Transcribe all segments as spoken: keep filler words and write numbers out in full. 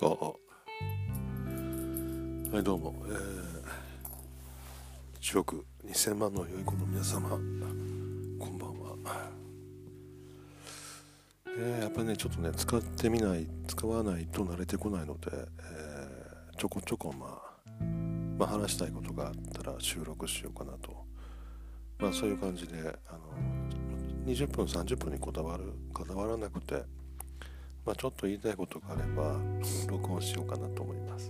か。はい、どうも、えー、いちおくにせんまんの良い子の皆様、こんばんは。えー、やっぱりね、ちょっとね、使ってみない、使わないと慣れてこないので、えー、ちょこちょこ、まあ、まあ、話したいことがあったら収録しようかなと。まあ、そういう感じで、あの、にじゅっぷん、さんじゅっぷんにこだわる、こだわらなくて、まあ、ちょっと言いたいことがあれば、録音しようかなと思います。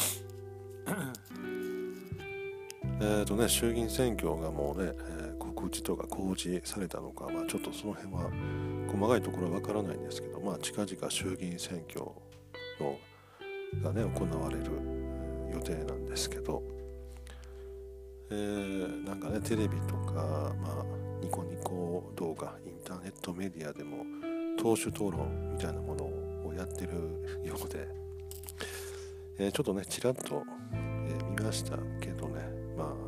えっとね、衆議院選挙がもうね、えー、告示とか公示されたのか、まあ、ちょっとその辺は細かいところはわからないんですけど、まあ、近々衆議院選挙のがね、行われる予定なんですけど、えー、なんかね、テレビとか、まあ、ニコニコ動画、インターネットメディアでも党首討論みたいなものをやってるようで、えー、ちょっとね、ちらっと、えー、見ましたけどね、まあ、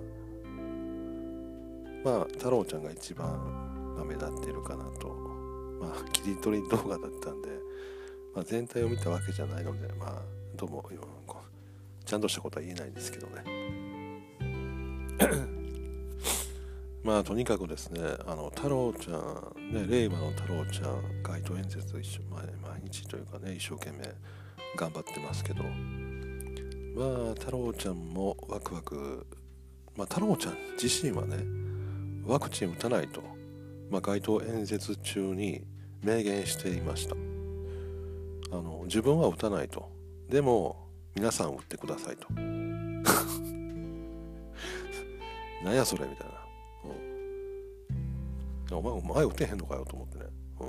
まあ、太郎ちゃんが一番、まあ、目立っているかなと、まあ、切り取り動画だったんで、まあ、全体を見たわけじゃないので、まあ、どうも、ちゃんとしたことは言えないんですけどね。まあ、とにかくですね、あの、太郎ちゃん、ね、令和の太郎ちゃん、街頭演説一緒、毎日というかね、一生懸命頑張ってますけど、まあ、太郎ちゃんもワクワク、まあ、太郎ちゃん自身はね、ワクチン打たないと、まあ、街頭演説中に明言していました。あの、自分は打たないと。でも、皆さん打ってくださいと。なんやそれみたいな。うん、お前、お前打てへんのかよと思ってね。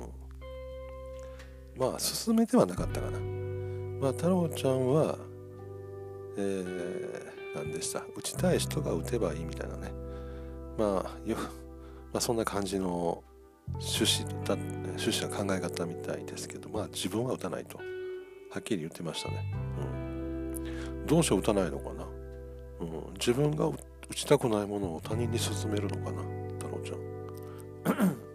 うん、まあ、進めてはなかったかな。まあ、太郎ちゃんは、えー、何でした。打ちたい人が打てばいいみたいなね。まあ、よ、まあ、そんな感じの趣旨だ、趣旨な考え方みたいですけど、まあ、自分は打たないと。はっきり言ってましたね。うん、どうして打たないのかな。うん、自分が打ちたくないものを他人に勧めるのかな、太郎ちゃん。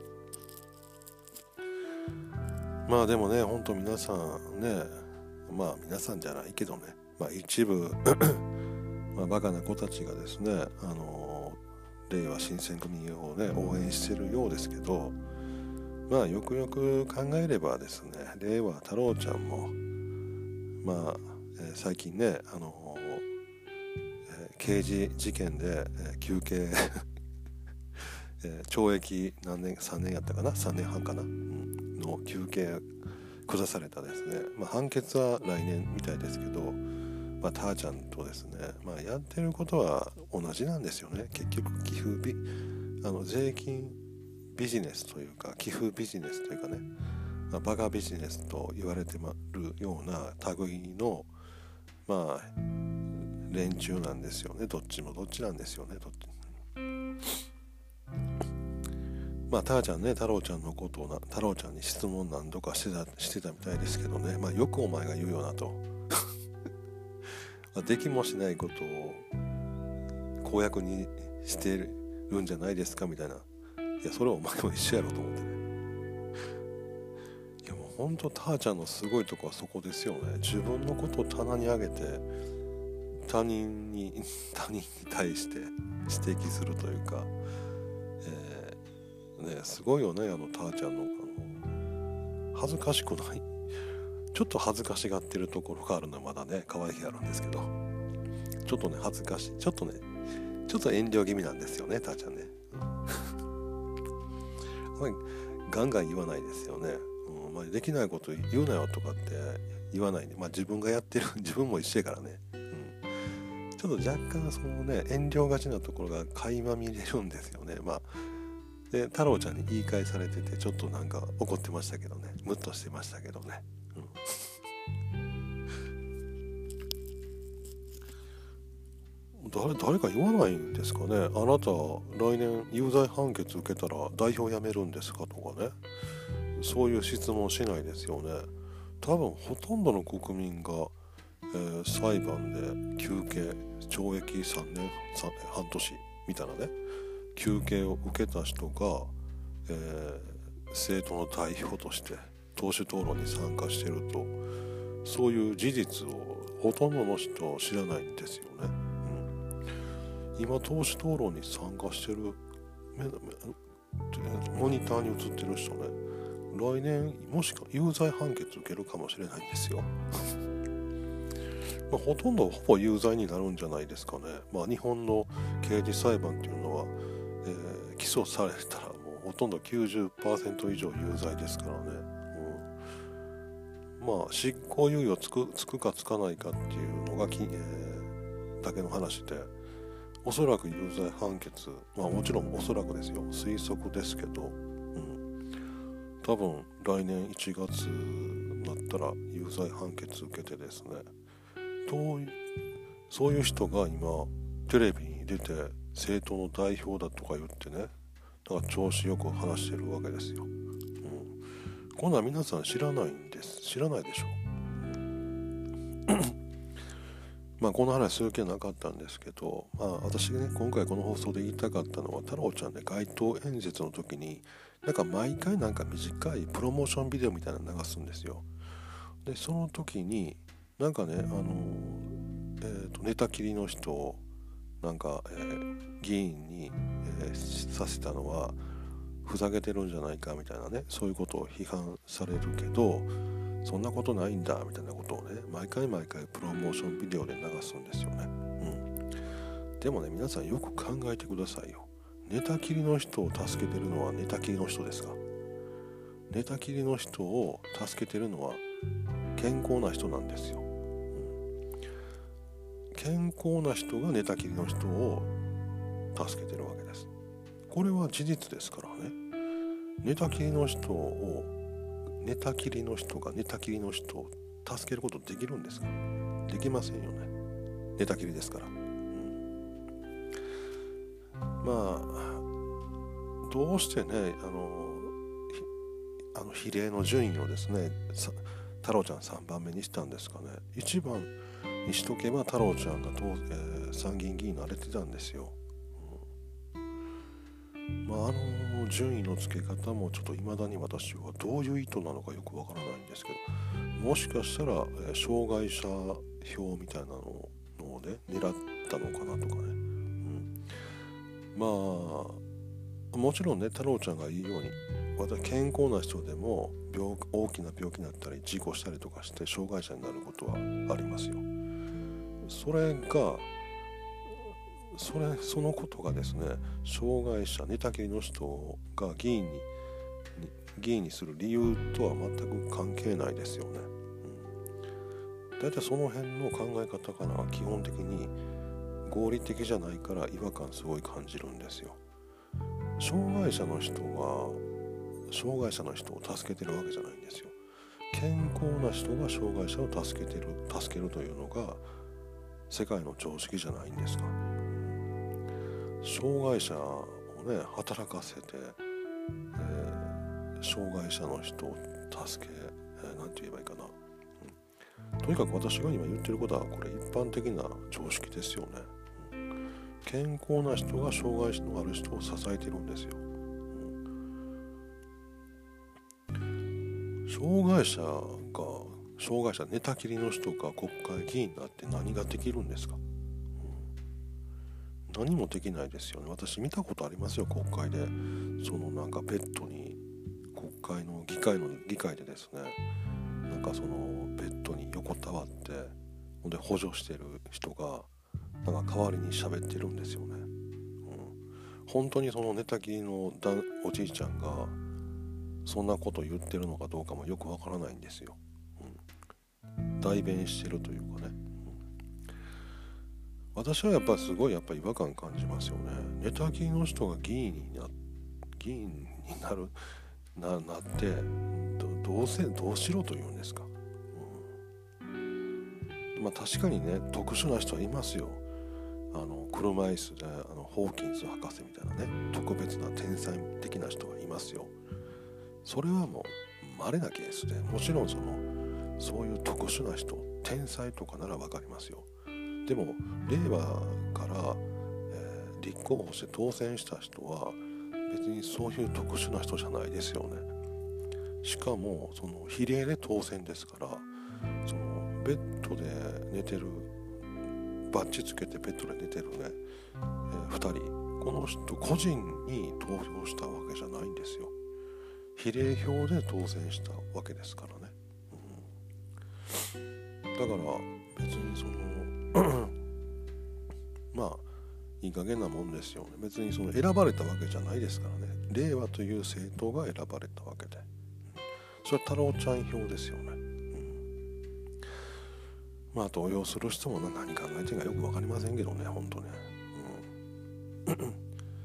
まあでもね、ほんと皆さんね、まあ皆さんじゃないけどね、まあ一部、まあ、バカな子たちがですね、あの令和新選組をね、応援してるようですけど、まあよくよく考えればですね、令和太郎ちゃんも、まあ、えー、最近ね、あのえー、刑事事件で、えー、求刑、えー、懲役何年、さんねんやったかな、さんねんはんかな、うん、の求刑下されたですね、まあ、判決は来年みたいですけど、まあ、ターちゃんとですね、まあ、やってることは同じなんですよね。結局寄付ビあの税金ビジネスというか寄付ビジネスというかね、まあ、バカビジネスと言われてるような類のまあ連中なんですよね。どっちもどっちなんですよね。どっちまあターちゃんね、太郎ちゃんのことをな太郎ちゃんに質問何度かしてたしてたみたいですけどね、まあよくお前が言うよなとできもしないことを公約にしてるんじゃないですかみたいな。いや、それはお前も一緒やろと思ってね。いや、もうほんとターちゃんのすごいとこはそこですよね。自分のことを棚に上げて他人に他人に対して指摘するというか、えー、ね、すごいよね、あのターちゃんの、あの恥ずかしくない、ちょっと恥ずかしがってるところがあるのはまだね、可愛いあるんですけど、ちょっとね、恥ずかしい、ちょっとね、ちょっと遠慮気味なんですよね、ターちゃんね。ガンガン言わないですよね。うん、まあ、できないこと言うなよとかって言わないで、まあ自分がやってる、自分も一緒やからね。うん、ちょっと若干そのね、遠慮がちなところが垣間見れるんですよね。まあ、で、太郎ちゃんに言い返されてて、ちょっとなんか怒ってましたけどね。ムッとしてましたけどね。誰, 誰か言わないんですかね。あなた来年有罪判決受けたら代表辞めるんですかとかね、そういう質問しないですよね。多分ほとんどの国民が、えー、裁判で求刑懲役さんねんはんとしみたいなね、求刑を受けた人が、えー、政党の代表として党首討論に参加してると、 そういう事実をほとんどの人知らないんですよね、うん、今党首討論に参加してるモニターに映ってる人ね、来年もしか有罪判決受けるかもしれないんですよまあ、ほとんどほぼ有罪になるんじゃないですかね。まあ、日本の刑事裁判っていうのは、えー、起訴されたらもうほとんど きゅうじゅっパーセント 以上有罪ですからね、うん、まあ執行猶予つく、つくかつかないかっていうのがき、えー、だけの話で、おそらく有罪判決、まあもちろんおそらくですよ、推測ですけど、うん、多分来年いちがつになったら有罪判決受けてですね、そういう人が今テレビに出て政党の代表だとか言ってね、なんか調子よく話してるわけですよ、うん、こんなん皆さん知らないんです。知らないでしょまあこの話する気はなかったんですけど、まあ私ね今回この放送で言いたかったのは、太郎ちゃんで街頭演説の時になんか毎回なんか短いプロモーションビデオみたいなの流すんですよ。でその時になんかね、あのえー、と寝たきりの人をなんか、えー、議員に、えー、させたのはふざけてるんじゃないかみたいなね、そういうことを批判されるけど、そんなことないんだみたいなことをね、毎回毎回プロモーションビデオで流すんですよね、うん、でもね皆さんよく考えてくださいよ。寝たきりの人を助けてるのは寝たきりの人ですか？寝たきりの人を助けてるのは健康な人なんですよ。健康な人が寝たきりの人を助けてるわけです。これは事実ですからね。寝たきりの人を寝たきりの人が寝たきりの人を助けることできるんですか？できませんよね。寝たきりですから、うん、まあどうしてね、あのあの比例の順位をですね、太郎ちゃんさんばんめにしたんですかね。いちばんにしとけば太郎ちゃんが、えー、参議院議員になれてたんですよ、うん、まああの順位の付け方もちょっと未だに私はどういう意図なのかよくわからないんですけど、もしかしたら、えー、障害者票みたいなのをね狙ったのかなとかね、うん、まあもちろんね太郎ちゃんが言うように、私健康な人でも病大きな病気になったり事故したりとかして障害者になることはありますよ。それがそれそのことがですね、障害者寝たきりの人が議員に議員にする理由とは全く関係ないですよね、うん、だいたいその辺の考え方からは基本的に合理的じゃないから違和感すごい感じるんですよ。障害者の人が障害者の人を助けてるわけじゃないんですよ。健康な人が障害者を助けてる助けるというのが世界の常識じゃないんですか。障害者をね働かせて、えー、障害者の人を助け、えー、なんて言えばいいかな、うん、とにかく私が今言ってることはこれ一般的な常識ですよね、うん、健康な人が障害のある人を支えてるんですよ。障害者が障害者寝たきりの人が国会議員になって何ができるんですか、うん、何もできないですよね。私見たことありますよ、国会で。そのなんかベッドに国会の議会の議会でですね、なんかそのベッドに横たわってほんで補助してる人がなんか代わりに喋ってるんですよね、うん、本当にその寝たきりのおじいちゃんがそんなこと言ってるのかどうかもよくわからないんですよ、うん、代弁してるというかね、うん、私はやっぱりすごいやっぱり違和感感じますよね。寝たきりの人が議員にな議員になるな, なってどどうせどうしろというんですか、うん、まあ確かにね特殊な人はいますよ。あの車椅子であのホーキンス博士みたいなね特別な天才的な人がいますよ。それはもう稀なケースで、もちろんそのそういう特殊な人天才とかなら分かりますよ。でも令和から、えー、立候補して当選した人は別にそういう特殊な人じゃないですよね。しかもその比例で当選ですから、そのベッドで寝てる、バッチつけてベッドで寝てるね、えー、ふたり、この人個人に投票したわけじゃないんですよ。比例票で当選したわけですからね、うん、だから別にそのまあいい加減なもんですよね。別にその選ばれたわけじゃないですからね。令和という政党が選ばれたわけで、うん、それは太郎ちゃん票ですよね、うん、まあ投票する人も何考えてるかよく分かりませんけどね、本当ね、うん、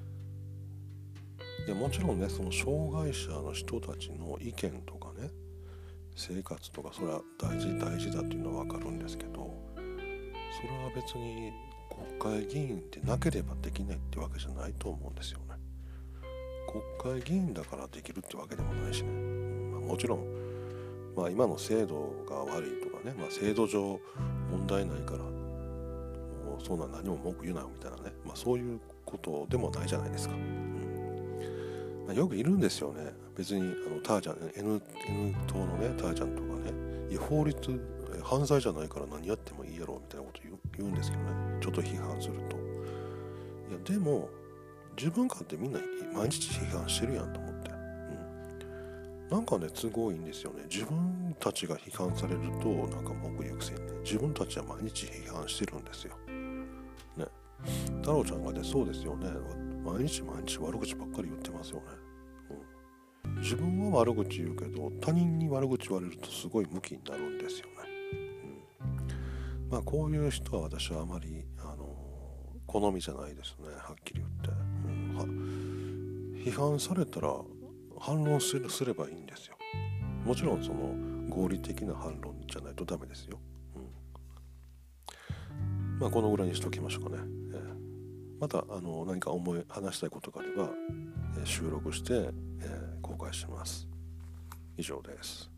いやもちろんね、その障害者の人たちの意見とかね、生活とかそれは大事大事だっていうのは分かるんですけど、それは別に国会議員でなければできないってわけじゃないと思うんですよね。国会議員だからできるってわけでもないしね、うんまあ、もちろん、まあ、今の制度が悪いとかね、まあ、制度上問題ないからもうそんな何も文句言うなよみたいなね、まあ、そういうことでもないじゃないですか、うんまあ、よくいるんですよね。別にあのターちゃん、ね、N, N 党のねターちゃんとかね、いや法律犯罪じゃないから何やってもいいやろみたいなこと言う、言うんですけどね、ちょっと批判すると、いやでも自分かってみんな毎日批判してるやんと思って、うん、なんかね都合いいんですよね。自分たちが批判されるとなんか文句言うくせにね、自分たちは毎日批判してるんですよね。太郎ちゃんがねそうですよね、毎日毎日悪口ばっかり言ってますよね、うん、自分は悪口言うけど他人に悪口言われるとすごいムキになるんですよね、うん、まあこういう人は私はあまりあの好みじゃないですね、はっきり言って、うん、は批判されたら反論するすればいいんですよ。もちろんその合理的な反論じゃないとダメですよ、うん、まあこのぐらいにしておきましょうかね、えー、またあの何か思い話したいことがあれば、えー、収録して、えー、公開します。以上です。